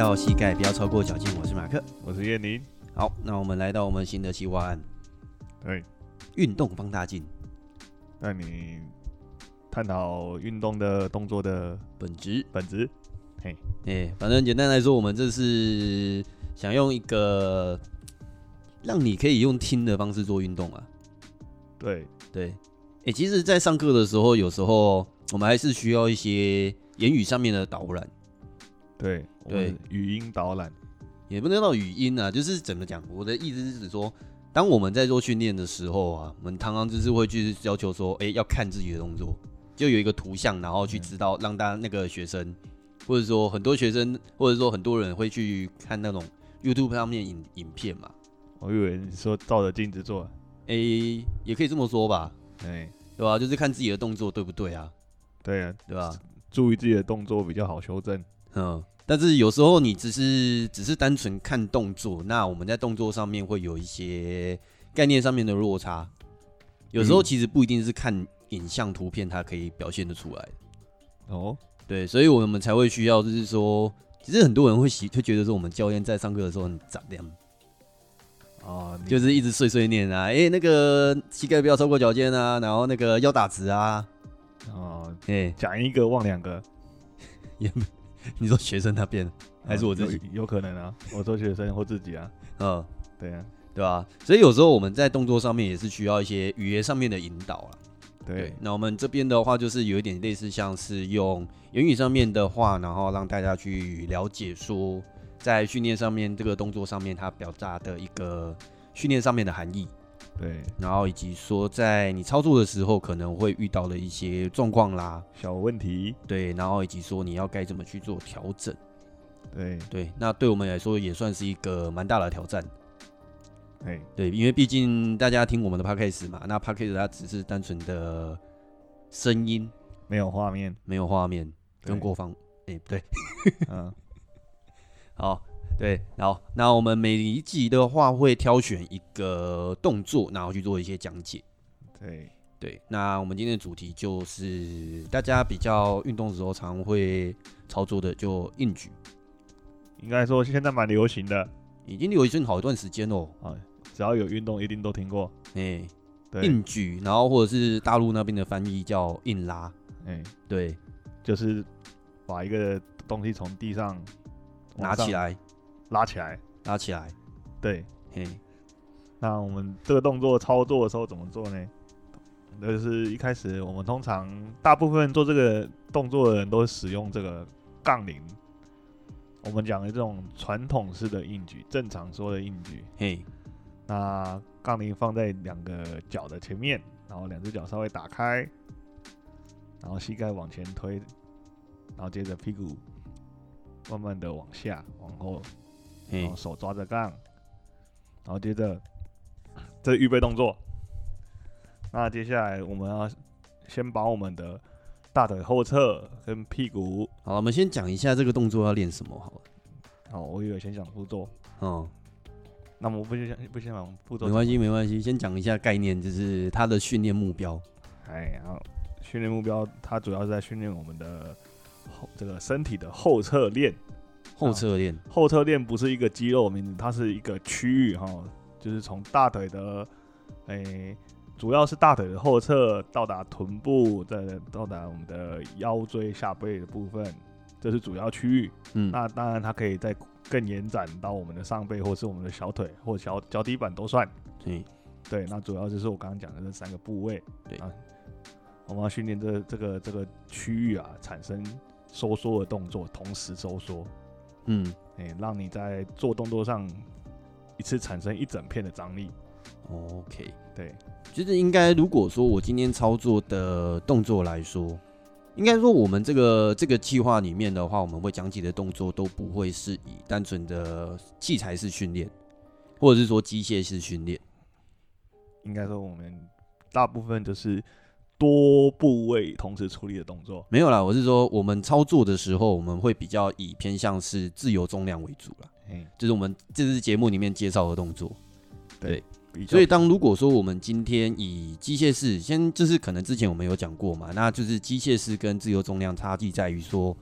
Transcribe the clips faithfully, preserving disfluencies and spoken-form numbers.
到膝盖不要超过脚尖，我是马克， 我是叶宁。 好，那我们来到我们新的企划案， 对， 运动放大镜， 那你探讨运动的动作的本质本质。嘿， 欸，反正简单来说，我们这是想用一个让你可以用听的方式做运动啊。 对对，欸，其实，在上课的时候，有时候我们还是需要一些言语上面的导览。 对对， 语音导览也不能到语音啊，就是怎么讲？我的意思是指说，当我们在做训练的时候啊，我们常常就是会去要求说，哎，欸，要看自己的动作，就有一个图像，然后去知道让大家那个学生，或者说很多学生，或者说很多人会去看那种 YouTube 上面影影片嘛。 我以为你说照着镜子做， 哎，欸，也可以这么说吧， 哎， 对吧？就是看自己的动作对不对啊？ 对啊， 对吧？ 注意自己的动作比较好修正。 嗯，但是有时候你只是只是单纯看动作，那我们在动作上面会有一些概念上面的落差。有时候其实不一定是看影像图片它可以表现得出来。 哦， 对，所以我们才会需要，就是说，其实很多人会喜会觉得说，我们教练在上课的时候很杂练， 哦， 就是一直碎碎念啊，哎，欸，那个膝盖不要超过脚尖啊，然后那个腰打直啊， 哦， 哎，欸， 讲一个忘两个， 也你说学生那边还是我自己？ 有, 有可能啊，我说学生或自己啊， 嗯， 对啊， 对吧？所以有时候我们在动作上面也是需要一些语言上面的引导啦。 对， 对，那我们这边的话就是有一点类似，像是用言语上面的话，然后让大家去了解说，在训练上面这个动作上面它表达的一个训练上面的含义。 对， 然后以及说在你操作的时候可能会遇到的一些状况啦， 小问题， 对，然后以及说你要该怎么去做调整。 对对，那对我们来说也算是一个蛮大的挑战。 对对，因为毕竟大家听我们的 podcast 嘛，那 podcast 它只是单纯的声音， 没有画面， 没有画面，跟国防，哎，欸，不对， 嗯， 好，对，好，那我们每一集的话会挑选一个动作，然后去做一些讲解。 对对，那我们今天的主题就是大家比较运动的时候常会操作的，就硬举。 应该说现在蛮流行的， 已经流行好一段时间哦。 啊，只要有运动，一定都听过。 哎，欸， 对， 硬举，然后或者是大陆那边的翻译叫硬拉。 哎，欸， 对， 就是把一个东西从地上拿起来， 拉起来， 拉起来。 对， 嘿， 那我们这个动作操作的时候怎么做呢？就是一开始我们通常大部分做这个动作的人都使用这个杠铃。我们讲的这种传统式的硬举，正常说的硬举， 嘿， 那杠铃放在两个脚的前面，然后两只脚稍微打开，然后膝盖往前推，然后接着屁股慢慢的往下往后，然后手抓着杠，然后接着这是预备动作。那接下来我们要先把我们的大腿后侧跟屁股， 好，我们先讲一下这个动作要练什么好了。 好，我以为先讲步骤， 哦， 那么我不先不先讲步骤， 没关系没关系，先讲一下概念，就是它的训练目标。 哎，然后训练目标，它主要是在训练我们的后这个身体的后侧链。 后侧链， 后侧链不是一个肌肉名字，它是一个区域哈，就是从大腿的，哎。主要是大腿的后侧到达臀部，再到达我们的腰椎下背的部分，这是主要区域。嗯，那当然它可以再更延展到我们的上背，或是我们的小腿或小脚底板都算。嗯，对，那主要就是我刚刚讲的这三个部位。对啊，我们要训练这这个这个区域啊，产生收缩的动作，同时收缩。嗯，哎，让你在做动作上一次产生一整片的张力。 OK， 对。 就是应该，如果说我今天操作的动作来说，应该说我们这个这个计划里面的话，我们会讲解的动作都不会是以单纯的器材式训练，或者是说机械式训练。 应该说我们大部分就是多部位同时处理的动作。 没有啦，我是说我们操作的时候，我们会比较以偏向是自由重量为主啦。嗯，就是我们这次节目里面介绍的动作。对。对，所以当如果说我们今天以机械式，先就是可能之前我们有讲过嘛，那就是机械式跟自由重量差距在于说，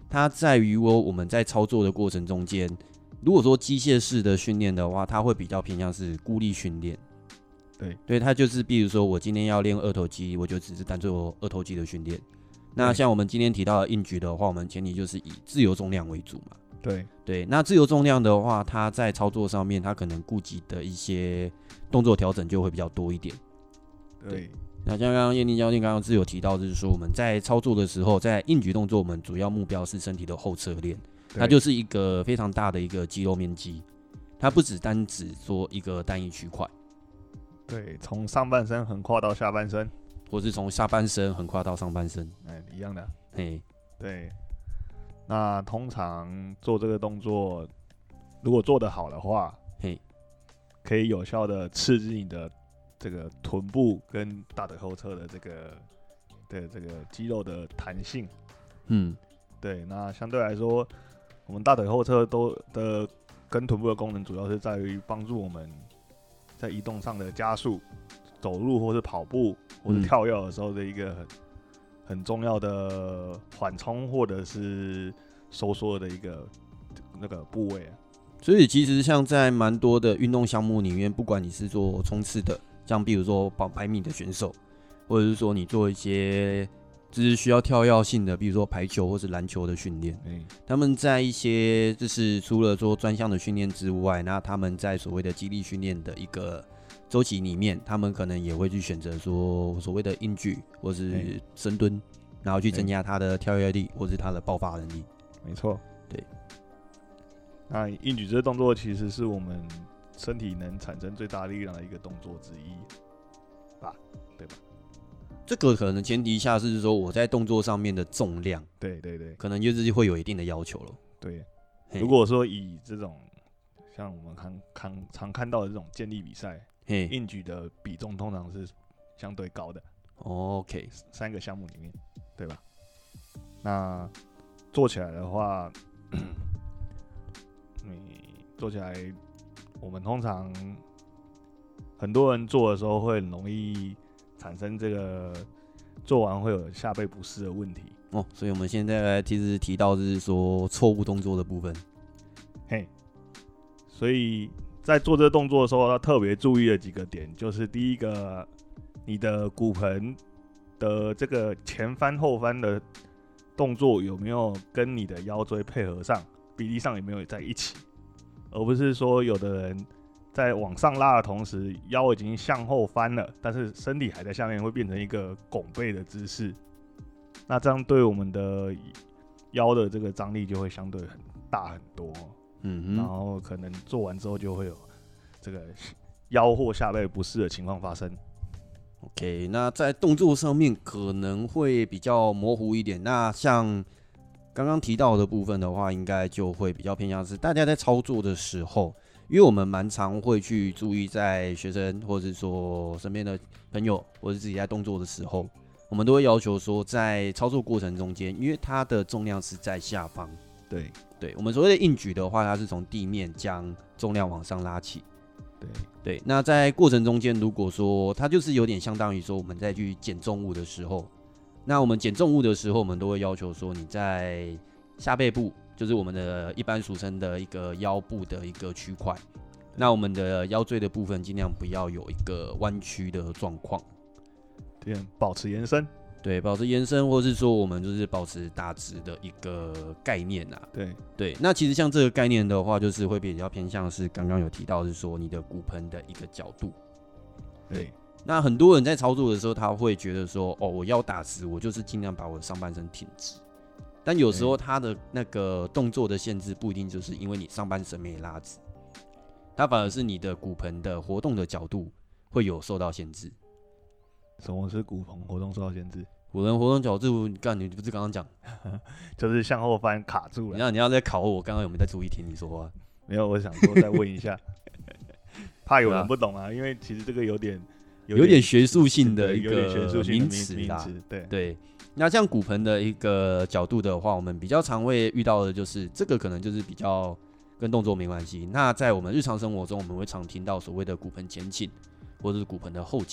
它在于我我们在操作的过程中间，如果说机械式的训练的话，它会比较偏向是孤立训练。 对， 对，它就是比如说我今天要练二头肌，我就只是单做二头肌的训练。那像我们今天提到的硬举的话，我们前提就是以自由重量为主嘛。 对对，那自由重量的话，它在操作上面，它可能顾及的一些动作调整就会比较多一点。 对， 那像刚刚燕妮教练刚刚是有提到，就是说我们在操作的时候，在硬举动作，我们主要目标是身体的后侧链，它就是一个非常大的一个肌肉面积，它不只单指说一个单一区块。 对，从上半身横跨到下半身， 或是从下半身横跨到上半身， 哎，一样的。 嘿， 对。那通常做这个动作，如果做得好的话， 嘿， 可以有效的刺激你的这个臀部跟大腿后侧的这个的这个肌肉的弹性。 嗯， 对。那相对来说，我们大腿后侧都的跟臀部的功能，主要是在于帮助我们在移动上的加速，走路或是跑步或是跳跃的时候的一个很、嗯、很重要的缓冲或者是收缩的一个那个部位啊。 所以其实像在蛮多的运动项目里面，不管你是做冲刺的，像比如说跑百米的选手，或者是说你做一些就是需要跳跃性的，比如说排球或是篮球的训练， 嗯， 他们在一些就是除了说专项的训练之外，那他们在所谓的肌力训练的一个周期里面，他们可能也会去选择说所谓的硬举或是深蹲，然后去增加他的跳跃力或是他的爆发能力。 没错， 对。 那硬举这个动作其实是我们身体能产生最大力量的一个动作之一吧，对吧？ 这个可能前提下是说我在动作上面的重量， 对对对， 可能就是会有一定的要求了。 对，如果说以这种像我们常常常看到的这种健力比赛，硬举的比重通常是相对高的。 OK， 三个项目里面，对吧？那做起来的话，你做起来，我们通常很多人做的时候会很容易产生这个做完会有下背不适的问题哦，所以我们现在其实提到就是说错误动作的部分， 嘿，所以在做这个动作的时候，要特别注意的几个点，就是第一个，你的骨盆的这个前翻后翻的动作有没有跟你的腰椎配合上，比例上有没有在一起，而不是说有的人在往上拉的同时，腰已经向后翻了，但是身体还在下面，会变成一个拱背的姿势。那这样对我们的腰的这个张力就会相对很大很多，嗯，然后可能做完之后就会有这个腰或下背不适的情况发生。 OK， 那在动作上面可能会比较模糊一点。那像刚刚提到的部分的话，应该就会比较偏向是大家在操作的时候，因为我们蛮常会去注意在学生或者是说身边的朋友或者自己在动作的时候，我们都会要求说在操作过程中间，因为它的重量是在下方， 对对，我们所谓的硬举的话，它是从地面将重量往上拉起。 对对，那在过程中间，如果说它就是有点相当于说我们在去减重物的时候，那我们减重物的时候，我们都会要求说你在下背部，就是我们的一般俗称的一个腰部的一个区块，那我们的腰椎的部分尽量不要有一个弯曲的状况， 对，保持延伸。 对，保持延伸，或是说我们就是保持大直的一个概念啊。 对对，那其实像这个概念的话，就是会比较偏向是刚刚有提到，是说你的骨盆的一个角度。对，那很多人在操作的时候，他会觉得说，哦，我腰打直，我就是尽量把我的上半身挺直。但有时候他的那个动作的限制不一定就是因为你上半身没拉直，它反而是你的骨盆的活动的角度会有受到限制。 什么是骨盆活动受到限制？ 骨盆活动角度，干你不是刚刚讲， 就是向后翻卡住了。 你要你要在考我，刚刚有没有在注意听你说话？ 没有，我想说再问一下，怕有人不懂啊，因为其实这个有点有点学术性的一个名词啦。 对对，那像骨盆的一个角度的话，我们比较常会遇到的就是这个，可能就是比较跟动作没关系。那在我们日常生活中，我们会常听到所谓的骨盆前倾，或者是骨盆的后倾。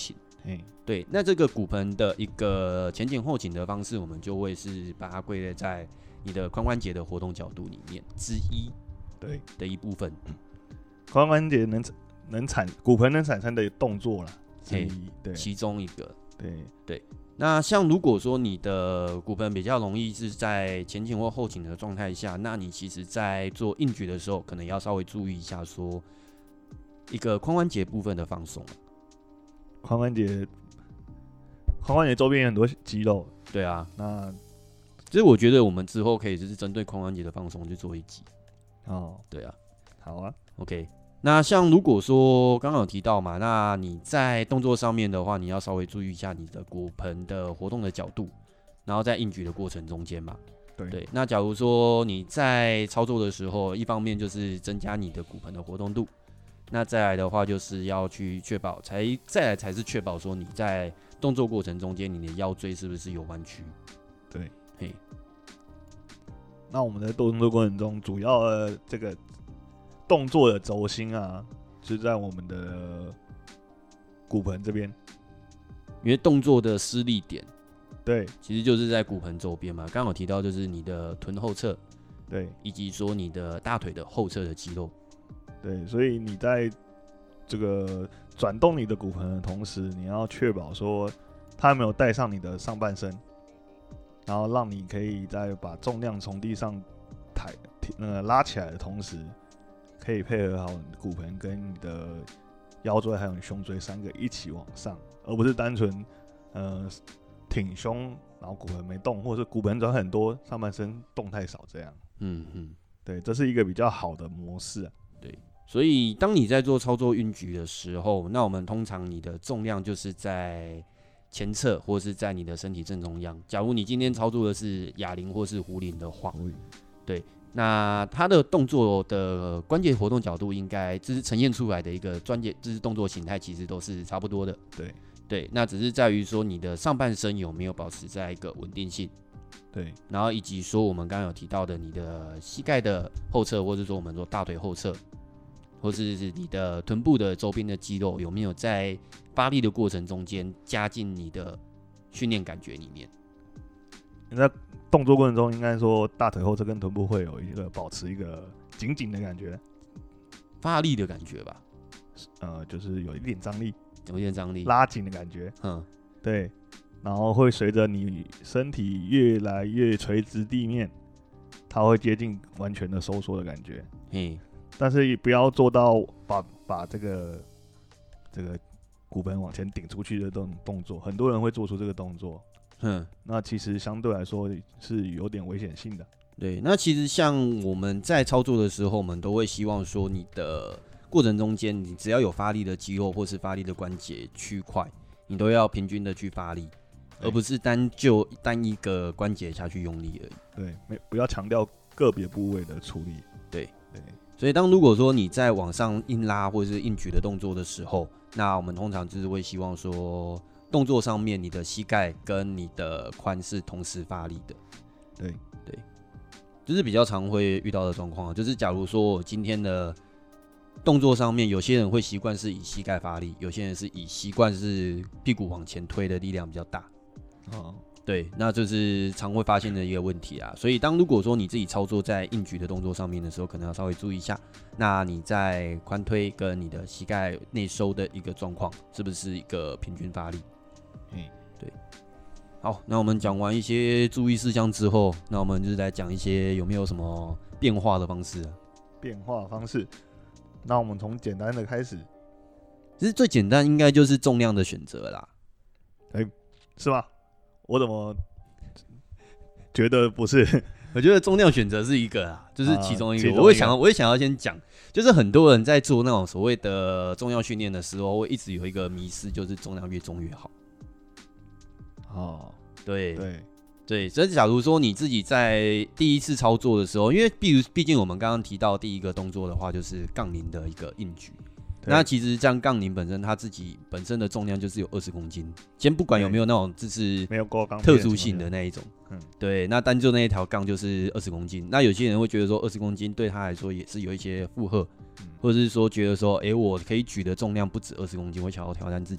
嗯， 对，那这个骨盆的一个前倾后倾的方式，我们就会是把它归类在你的髋关节的活动角度里面之一， 对的一部分。 髋关节能能产骨盆能产生的动作啦， 嘿， 对， 其中一个。 对对，那像如果说你的骨盆比较容易是在前倾或后倾的状态下，那你其实在做硬举的时候，可能要稍微注意一下，说一个髋关节部分的放松。 髋关节，髋关节周边有很多肌肉。 对啊， 那所以我觉得我们之后可以就是针对髋关节的放松去做一集。 哦， 对啊， 好啊 ，OK。那像如果说刚刚有提到嘛，那你在动作上面的话，你要稍微注意一下你的骨盆的活动的角度，然后在硬举的过程中间嘛。 对对，那假如说你在操作的时候，一方面就是增加你的骨盆的活动度，那再来的话就是要去确保，才再来才是确保说你在动作过程中间，你的腰椎是不是有弯曲？ 对， 嘿， 那我们在动作过程中，主要的这个动作的轴心啊，是在我们的骨盆这边， 因为动作的施力点， 对， 其实就是在骨盆周边嘛。刚好提到就是你的臀后侧， 对， 以及说你的大腿的后侧的肌肉。 对，所以你在这个转动你的骨盆的同时，你要确保说它没有带上你的上半身，然后让你可以在把重量从地上抬呃拉起来的同时，可以配合好你的骨盆跟你的腰椎还有你胸椎三个一起往上，而不是单纯呃挺胸，然后骨盆没动，或者是骨盆转很多，上半身动太少这样。 嗯嗯， 对，这是一个比较好的模式啊。 对。所以，当你在做操作硬举的时候，那我们通常你的重量就是在前侧，或是在你的身体正中央。假如你今天操作的是哑铃或是壶铃的话，对，那它的动作的关节活动角度应该就是呈现出来的一个专节，就是动作形态，其实都是差不多的。 对对，那只是在于说你的上半身有没有保持在一个稳定性。 对， 然后以及说我们刚刚有提到的你的膝盖的后侧，或者说我们说大腿后侧，或是你的臀部的周边的肌肉有没有在发力的过程中间加进你的训练感觉里面。 你在动作过程中，应该说大腿后侧跟臀部会有一个保持一个紧紧的感觉， 发力的感觉吧， 呃，就是有一点张力， 有一点张力， 拉紧的感觉， 嗯， 对，然后会随着你身体越来越垂直地面，它会接近完全的收缩的感觉， 嘿， 但是也不要做到把把这个这个骨盆往前顶出去的这种动作，很多人会做出这个动作， 嗯， 那其实相对来说是有点危险性的。 对，那其实像我们在操作的时候，我们都会希望说，你的过程中间，你只要有发力的肌肉或是发力的关节区块，你都要平均的去发力，而不是单就单一个关节下去用力而已。 对，没不要强调个别部位的处理。 对对， 所以当如果说你在往上硬拉或者是硬举的动作的时候，那我们通常就是会希望说，动作上面你的膝盖跟你的髋是同时发力的。 对对，就是比较常会遇到的状况，就是假如说我今天的动作上面，有些人会习惯是以膝盖发力，有些人是以习惯是屁股往前推的力量比较大。 哦， 对，那就是常会发现的一个问题啊。所以当如果说你自己操作在硬举的动作上面的时候，可能要稍微注意一下。那你在髋推跟你的膝盖内收的一个状况，是不是一个平均发力？ 嗯， 对。好，那我们讲完一些注意事项之后，那我们就是来讲一些有没有什么变化的方式啊？ 变化方式，那我们从简单的开始。 其实最简单应该就是重量的选择啦。 哎、欸，是吗？我怎么觉得不是？ 我觉得重量选择是一个啦，就是其中一个。 啊、 我也想要，我也想要先讲，就是很多人在做那种所谓的重量训练的时候，会一直有一个迷思，就是重量越重越好。 哦， 对对对，所以假如说你自己在第一次操作的时候，因为毕毕竟我们刚刚提到第一个动作的话，就是杠铃的一个硬举。那其实像杠铃本身，它自己本身的重量就是有二十公斤。先不管有没有那种就是没有过钢特殊性的那一种， 嗯， 对，那单就那一条杠就是二十公斤。那有些人会觉得说二十公斤对他来说也是有一些负荷，嗯、或者是说觉得说，哎、欸，我可以举的重量不止二十公斤，我想要挑战自己。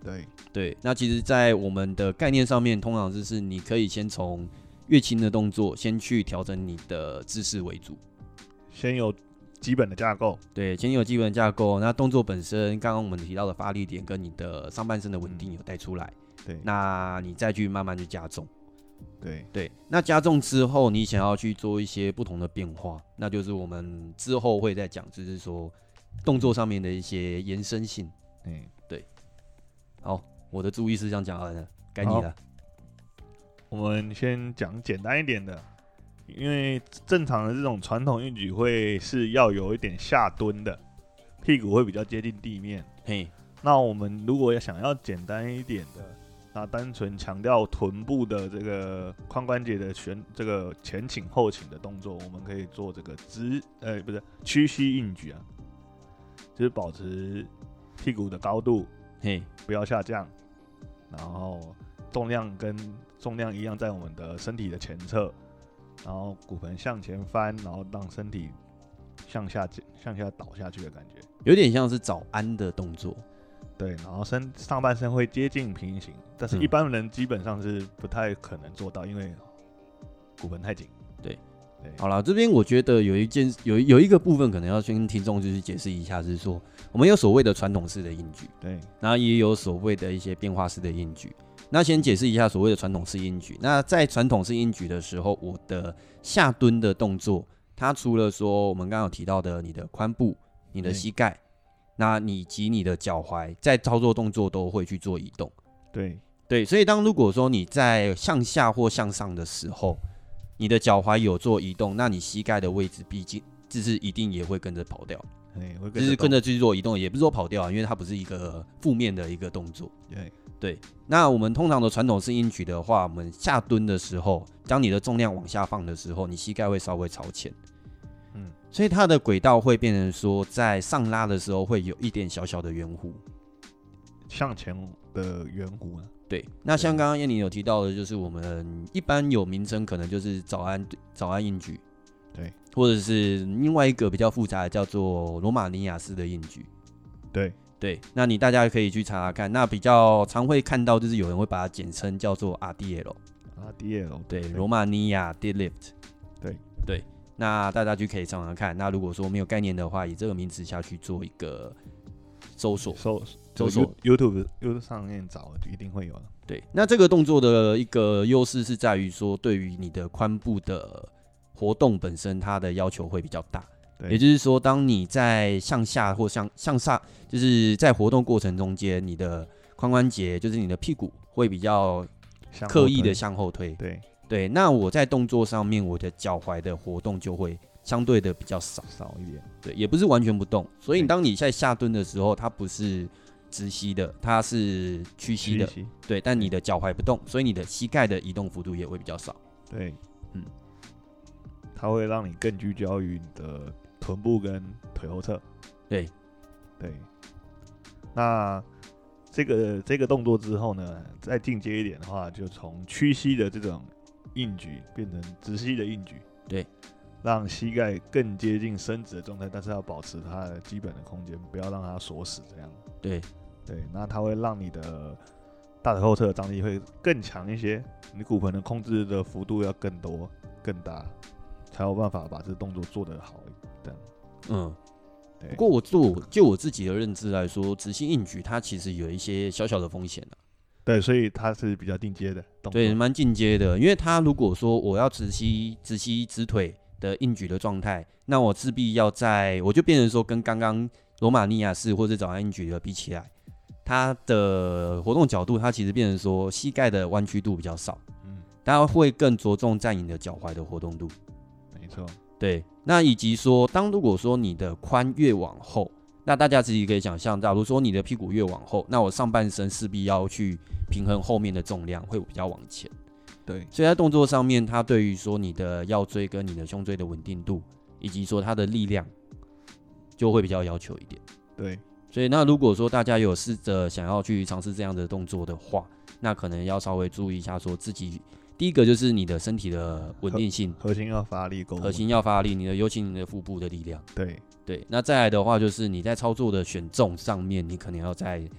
对对，那其实，在我们的概念上面，通常就是你可以先从越轻的动作，先去调整你的姿势为主， 先有基本的架构。 对，先有基本架构。那动作本身，刚刚我们提到的发力点跟你的上半身的稳定有带出来， 嗯、对， 那你再去慢慢去加重。 对对，那加重之后，你想要去做一些不同的变化，那就是我们之后会再讲，就是说动作上面的一些延伸性。 嗯， 对。好，我的注意事项讲完了，该你了。 我们先讲简单一点的，因为正常的这种传统硬举会是要有一点下蹲的，屁股会比较接近地面。 嘿， 那我们如果想要简单一点的，那单纯强调臀部的这个髋关节的旋这个前倾后倾的动作，我们可以做这个直呃不是屈膝硬举啊，就是保持屁股的高度， 嘿， 不要下降，然后重量跟重量一样在我们的身体的前侧，然后骨盆向前翻，然后让身体向下向下倒下去的感觉， 有点像是早安的动作。 对，然后身上半身会接近平行，但是一般人基本上是不太可能做到，因为骨盆太紧。 对， 对， 好啦，这边我觉得有一件有有一个部分可能要先跟听众就是解释一下，是说我们有所谓的传统式的硬举， 对， 然后也有所谓的一些变化式的硬举。那先解释一下所谓的传统式硬举。那在传统式硬举的时候，我的下蹲的动作，它除了说我们刚刚有提到的你的髋部、你的膝盖。那你及你的脚踝在操作动作都会去做移动， 对对，所以当如果说你在向下或向上的时候，你的脚踝有做移动，那你膝盖的位置毕竟就是一定也会跟着跑掉， 会就是跟着去做移动，也不是说跑掉啊，因为它不是一个负面的一个动作。 对对，那我们通常的传统式硬举的话，我们下蹲的时候，当你的重量往下放的时候，你膝盖会稍微朝前。嗯，所以它的轨道会变成说，在上拉的时候会有一点小小的圆弧， 向前的圆弧啊。 对，那像刚刚燕妮有提到的，就是我们一般有名称可能就是早安早安硬举， 对， 或者是另外一个比较复杂的叫做罗马尼亚式的硬举， 对对，那你大家可以去查查看，那比较常会看到就是有人会把它简称叫做 R D L，R D L， 对，罗马尼亚 deadlift， 对对。那大家就可以上网看。那如果说没有概念的话，以这个名词下去做一个搜索， 搜搜索 YouTube YouTube 上面找，一定会有的。 对，那这个动作的一个优势是在于说，对于你的髋部的活动本身，它的要求会比较大。也就是说，当你在向下或向向上，就是在活动过程中间，你的髋关节，就是你的屁股会比较刻意的向后推。 对。 对，那我在动作上面，我的脚踝的活动就会相对的比较少少一点， 对，也不是完全不动。所以当你在下蹲的时候，它不是直膝的，它是屈膝的，对。但你的脚踝不动，所以你的膝盖的移动幅度也会比较少。 对，嗯，它会让你更聚焦于你的臀部跟腿后侧。 对， 对。那这个这个动作之后呢，再进阶一点的话，就从屈膝的这种硬举变成直膝的硬举， 对， 让膝盖更接近伸直的状态，但是要保持它的基本的空间，不要让它锁死，这样。 对， 对，那它会让你的大腿后侧的张力会更强一些，你骨盆的控制的幅度要更多、更大，才有办法把这个动作做得好。这样， 嗯。不过我做就我自己的认知来说，直膝硬举它其实有一些小小的风险啊。 对，所以它是比较进阶的动作， 对，蛮进阶的。因为它如果说我要直膝、直膝、直腿的硬举的状态，那我势必要在，我就变成说跟刚刚罗马尼亚式或者早安硬举的比起来，它的活动角度，它其实变成说膝盖的弯曲度比较少，嗯，它会更着重在你的脚踝的活动度。 没错， 对。那以及说，当如果说你的髋越往后，那大家自己可以想象，假如说你的屁股越往后，那我上半身势必要去平衡后面的重量，会比较往前。 对， 所以在动作上面，它对于说你的腰椎跟你的胸椎的稳定度，以及说它的力量，就会比较要求一点。 对， 所以那如果说大家有试着想要去尝试这样的动作的话，那可能要稍微注意一下，说自己。第一个就是你的身体的稳定性， 核心要发力够， 核心要发力，你的尤其你的腹部的力量。 对对，那再来的话就是你在操作的选重上面，你可能要再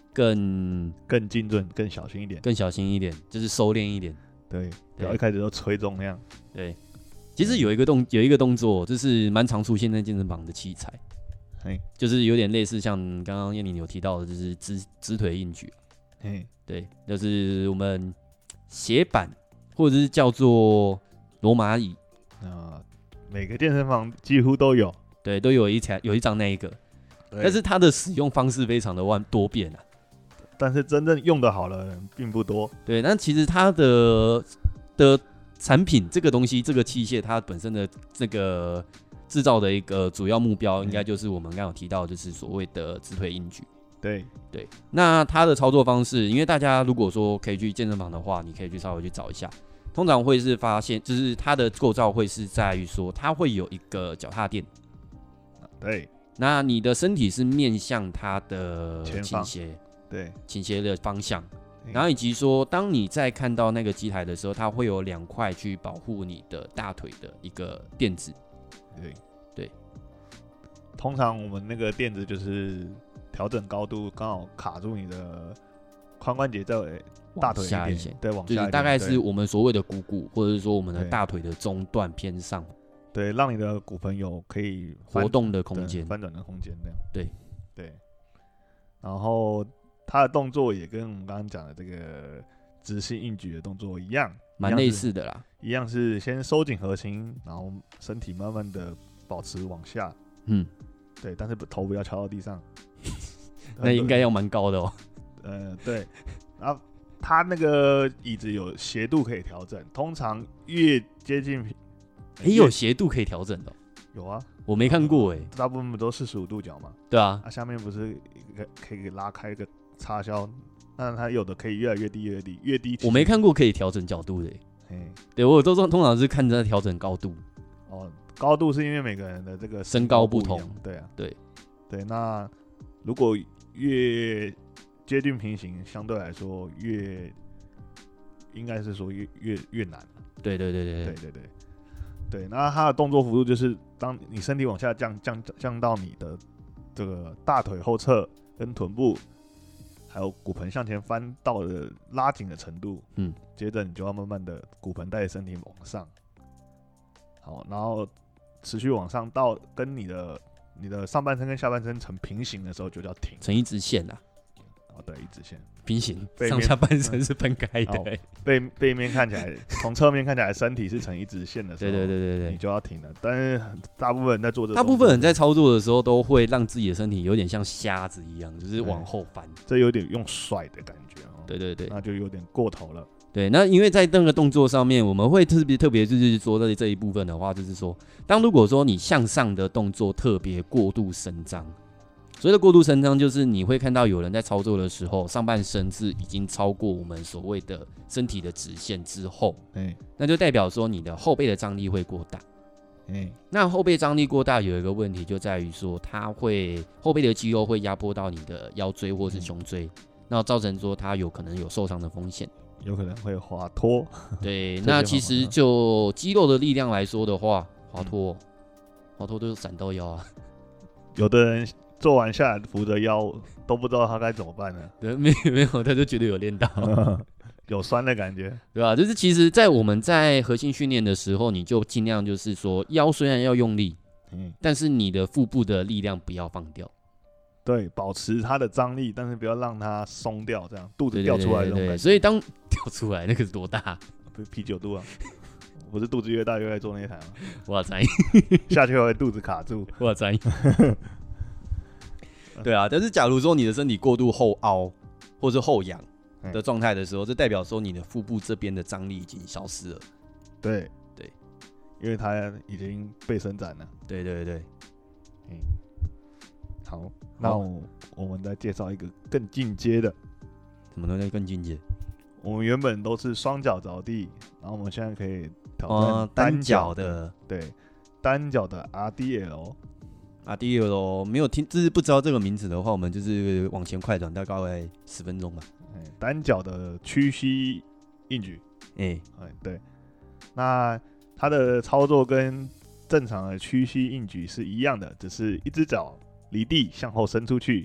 更更精准、更小心一点， 更小心一点，就是收敛一点。 对，不要一开始就吹重那样。 对，其实有一个动有一个动作，就是蛮常出现在健身房的器材，就是有点类似像刚刚燕玲有提到的，就是直直腿硬举。对，就是我们斜板或者是叫做罗马椅啊，每个健身房几乎都有， 对，都有一台有一张那一个，但是它的使用方式非常的多变啊。 但是真正用得好的人并不多。 对，那其实它的的产品这个东西，这个器械它本身的这个制造的一个主要目标，应该就是我们刚刚有提到，就是所谓的直腿硬举。 对对，那它的操作方式，因为大家如果说可以去健身房的话，你可以去稍微去找一下，通常会是发现，就是它的构造会是在于说，它会有一个脚踏垫。 对， 那你的身体是面向它的倾斜。 对， 倾斜的方向，然后以及说，当你在看到那个机台的时候，它会有两块去保护你的大腿的一个垫子。 对对， 通常我们那个垫子就是调整高度，刚好卡住你的髋关节在大腿一点，对，往下一点， 就是大概是我们所谓的股骨，或者是说我们的大腿的中段偏上， 对，让你的骨盆有可以活动的空间， 翻转的空间那样。 对对，然后。他的动作也跟我们刚刚讲的这个直性硬举的动作一样， 蛮类似的啦。 一样是先收紧核心，然后身体慢慢的保持往下。 嗯， 对，但是头不要敲到地上。 那应该要蛮高的哦。 呃，对。然后他那个椅子有斜度可以调整，通常越接近， 哎、欸，有斜度可以调整的、哦。 有啊， 我没看过哎、欸。 大部分都四十五度角嘛。 对啊。 啊，下面不是可以拉开一个。插销，那它有的可以越来越低，越来越低，越低。 我没看过可以调整角度的、欸，对我都通常是看着调整高度。 哦，高度是因为每个人的这个身高不同， 对啊， 对对。那如果越接近平行，相对来说越应该是说越越越难。 对对对对对对对对。那它的动作幅度就是，当你身体往下降降降到你的这个大腿后侧。跟臀部，还有骨盆向前翻到的拉紧的程度，嗯，接着你就要慢慢的骨盆带着身体往上，好，然后持续往上到跟你的你的上半身跟下半身成平行的时候，就叫停， 成一直线啦。 哦，对，一直线， 平行，上下半身是分开的、欸。 背背面看起来，从侧面看起来身体是成一直线的时候， 对对对对对， 你就要停了。但是大部分人在做这， 大部分人在操作的时候都会让自己的身体有点像瞎子一样，就是往后翻， 这有点用甩的感觉哦。 对对对， 那就有点过头了。 对，那因为在那个动作上面，我们会特别特别就是说的这一部分的话，就是说，当如果说你向上的动作特别过度伸张。所谓的过度伸张，就是你会看到有人在操作的时候，上半身是已经超过我们所谓的身体的直线之后，欸、那就代表说你的后背的张力会过大。欸、那后背张力过大有一个问题就在于说，它会后背的肌肉会压迫到你的腰椎或是胸椎，嗯、那造成说它有可能有受伤的风险， 有可能会滑脱。 对，那其实就肌肉的力量来说的话，滑脱，滑脱都是闪到腰啊。 有的人。做完下来扶着腰都不知道他该怎么办呢？ 对，没有没有，他就觉得有练到， 有酸的感觉， 对吧？就是其实，在我们在核心训练的时候，你就尽量就是说，腰虽然要用力，嗯，但是你的腹部的力量不要放掉， 对，保持它的张力，但是不要让它松掉，这样肚子掉出来这种感觉。对对对对对， 所以当掉出来那个是多大？ 啤酒肚啊！不是肚子越大越爱做那台吗？ 我猜下去会肚子卡住， 我猜。对啊，但是假如说你的身体过度后凹或是后仰的状态的时候，这代表说你的腹部这边的张力已经消失了。 对对， 因为它已经被伸展了。 对对对， 嗯，好，那 我, 我们再介绍一个更进阶的。 什么东西更进阶？ 我们原本都是双脚着地，然后我们现在可以挑战单脚的， 呃、对，单脚的 R D L。R D L 没有听，就是不知道这个名字的话，我们就是往前快转大概十分钟吧。 单脚的屈膝硬举，哎、欸，对，那它的操作跟正常的屈膝硬举是一样的，只是一只脚离地向后伸出去，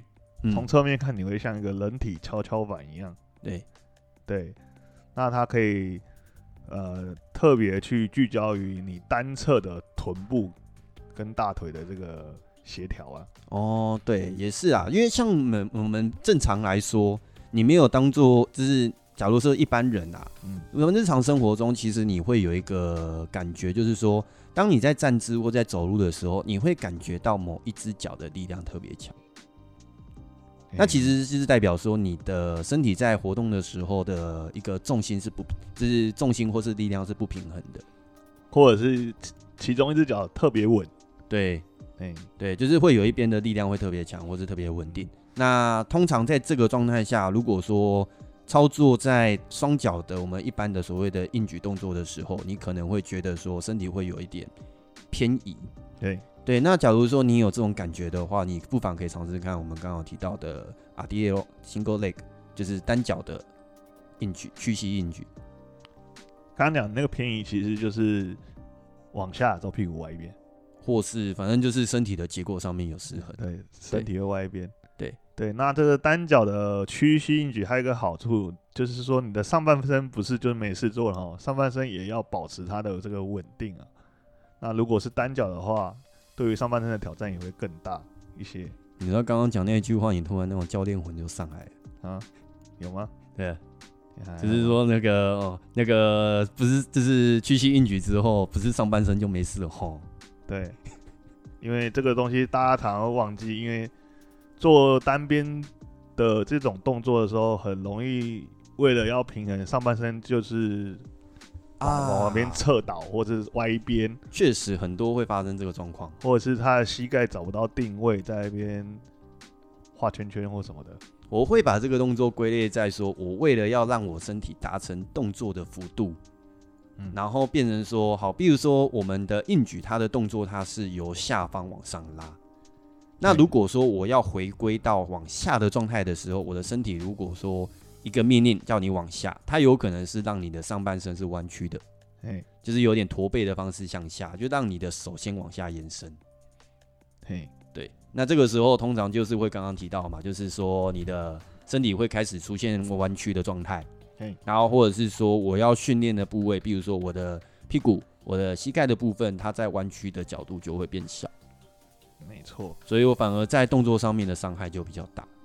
从侧面看你会像一个人体跷跷板一样。 对对，那它可以呃特别去聚焦于你单侧的臀部跟大腿的这个协调啊。 哦，对，也是啊，因为像我们我们正常来说，你没有当做就是假如说一般人啊，嗯，我们日常生活中其实你会有一个感觉，就是说，当你在站姿或在走路的时候，你会感觉到某一只脚的力量特别强。那其实就是代表说，你的身体在活动的时候的一个重心是不，就是重心或是力量是不平衡的， 或者是其中一只脚特别稳。 对， 欸、 对，就是会有一边的力量会特别强，或是特别稳定。那通常在这个状态下，如果说操作在双脚的我们一般的所谓的硬举动作的时候，你可能会觉得说身体会有一点偏移。 对。 对，那假如说你有这种感觉的话，你不妨可以尝试看我们刚刚提到的 R D L Single Leg， 就是单脚的硬举，屈膝硬举。 刚刚讲那个偏移，其实就是往下之后屁股歪一边， 或是反正就是身体的结构上面有失衡。 对，身体会歪一边。 对对，那这个单脚的屈膝硬举还有一个好处，就是说你的上半身不是就没事做了哈，上半身也要保持它的这个稳定啊。那如果是单脚的话，对于上半身的挑战也会更大一些。 你知道刚刚讲那句话，你突然那种教练魂就上来了啊？有吗？ 对，就是说那个哦，那个不是，就是屈膝硬举之后，不是上半身就没事了吼。 对，因为这个东西大家常常会忘记，因为做单边的这种动作的时候，很容易为了要平衡上半身，就是往往边侧倒，或者是歪一边。 确实很多会发生这个状况， 或者是他的膝盖找不到定位，在那边画圈圈或什么的。 我会把这个动作归类在说，我为了要让我身体达成动作的幅度，嗯、然后变成说，好，比如说我们的硬举，它的动作它是由下方往上拉。那如果说我要回归到往下的状态的时候，我的身体如果说一个命令叫你往下，它有可能是让你的上半身是弯曲的，就是有点驼背的方式向下，就让你的手先往下延伸。对，那这个时候通常就是会刚刚提到嘛，就是说你的身体会开始出现弯曲的状态，然后或者是说我要训练的部位，比如说我的屁股、我的膝盖的部分，它在弯曲的角度就会变小。 没错， 所以我反而在动作上面的伤害就比较大。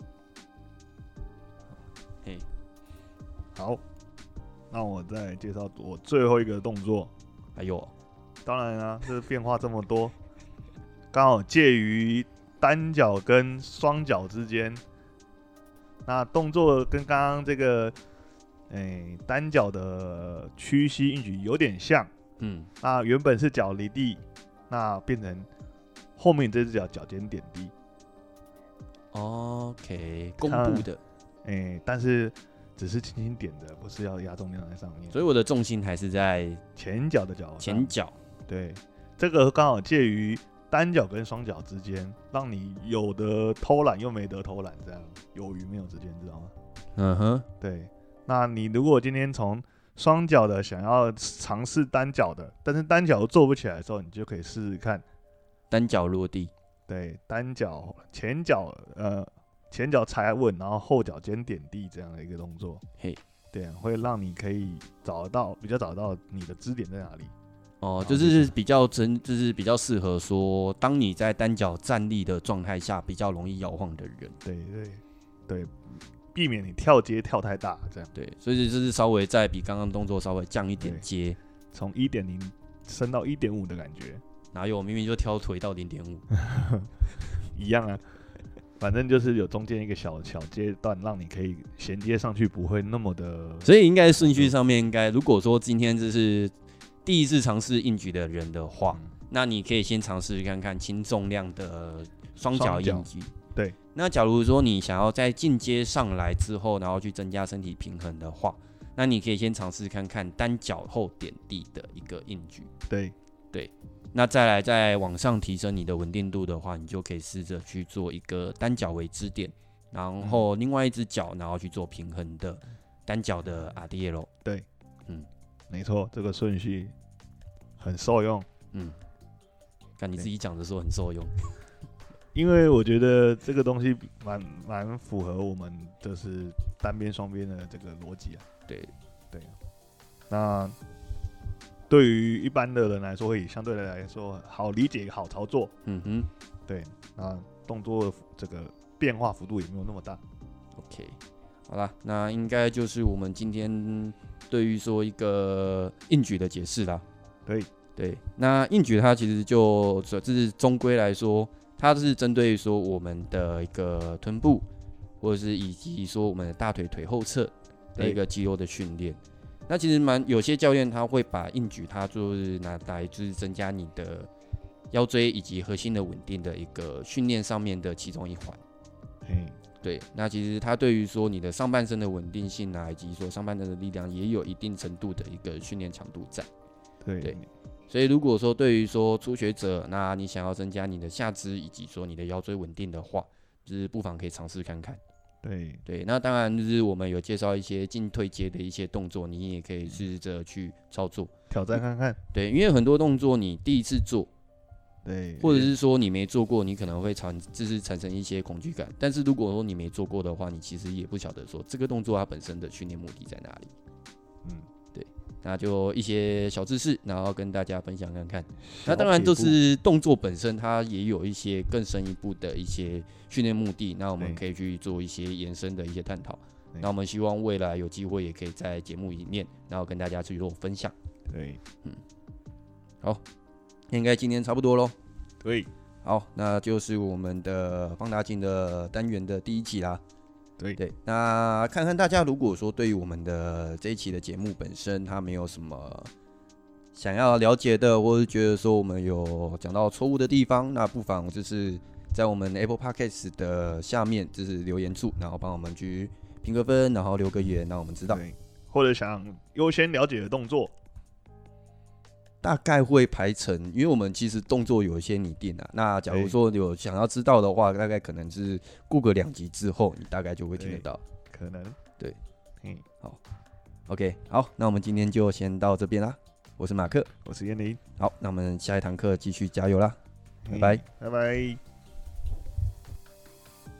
嘿， 好，那我再介绍我最后一个动作。 还有， 当然啦、啊，这变化这么多，刚好介于单脚跟双脚之间。那动作跟刚刚这个，欸、单脚的屈膝硬举有点像。嗯，那原本是脚离地，那变成后面这只脚脚尖点地。 OK， 弓步的， 哎、欸，但是只是轻轻点的，不是要压重量在上面。 所以我的重心还是在前脚的脚前脚。 对，这个刚好介于单脚跟双脚之间，让你有的偷懒又没得偷懒，这样有鱼没有之间，知道吗？ 嗯哼， 对。那你如果今天从双脚的想要尝试单脚的，但是单脚做不起来的时候，你就可以试试看单脚落地。 对，单脚前脚呃前脚踩稳，然后后脚尖点地这样的一个动作。 嘿， 对，会让你可以找得到比较找得到你的支点在哪里。 哦，就是比较真，就是比较适合说，当你在单脚站立的状态下，比较容易摇晃的人。 对对对，避免你跳阶跳太大，这样。 对，所以就是稍微再比刚刚动作稍微降一点阶， 从一点零升到一点五的感觉。 哪有？明明就挑腿到零点五， 一样啊。反正就是有中间一个小小阶段，让你可以衔接上去，不会那么的。 所以应该顺序上面应该，如果说今天这是第一次尝试硬举的人的话，嗯、那你可以先尝试看看轻重量的双脚硬举。 对。 那假如说你想要在进阶上来之后，然后去增加身体平衡的话，那你可以先尝试看看单脚后点地的一个硬举。 对对。那再来再往上提升你的稳定度的话，你就可以试着去做一个单脚为支点，然后另外一只脚，然后去做平衡的单脚的 R D L。 对，嗯，没错，这个顺序很受用。 嗯，看你自己讲的说很受用。 因为我觉得这个东西蛮蛮符合我们就是单边双边的这个逻辑啊。 对对，那对于一般的人来说，会相对来说好理解、好操作。 嗯哼， 对，那动作的这个变化幅度也没有那么大。 OK， 好啦，那应该就是我们今天对于说一个硬举的解释啦。 对对，那硬举它其实就就是终归来说，它是针对说我们的一个臀部，或者是以及说我们的大腿腿后侧的一个肌肉的训练。那其实蛮有些教练他会把硬举它就是拿来就是增加你的腰椎以及核心的稳定的一个训练上面的其中一环。 嘿， 对，那其实它对于说你的上半身的稳定性啊，以及说上半身的力量也有一定程度的一个训练强度在。 对对，所以如果说对于说初学者，那你想要增加你的下肢以及说你的腰椎稳定的话，就是不妨可以尝试看看。 对对，那当然就是我们有介绍一些进退阶的一些动作，你也可以试着去操作挑战看看。 对，因为很多动作你第一次做， 对， 或者是说你没做过，你可能会产就是产生一些恐惧感。但是如果说你没做过的话，你其实也不晓得说这个动作它本身的训练目的在哪里。 嗯， 对，那就一些小知识，然后跟大家分享看看。那当然就是动作本身，它也有一些更深一步的一些训练目的，那我们可以去做一些延伸的一些探讨。那我们希望未来有机会也可以在节目里面，然后跟大家去做分享。 对， 嗯，好，应该今天差不多咯。 对， 好，那就是我们的放大镜的单元的第一集啦。 对对，那看看大家如果说对于我们的这一期的节目本身，它没有什么想要了解的，或是觉得说我们有讲到错误的地方，那不妨就是在我们 Apple Podcast 的下面就是留言处，然后帮我们去评个分，然后留个言，让我们知道。 对，或者想优先了解的动作， 大概会排成，因为我们其实动作有一些拟定啊。那假如说有想要知道的话，大概可能是过个两集之后，你大概就会听得到。 可能对， 嗯， 好 ，OK， 好，那我们今天就先到这边啦。我是马克， 我是燕玲， 好，那我们下一堂课继续加油啦，拜拜， 拜拜。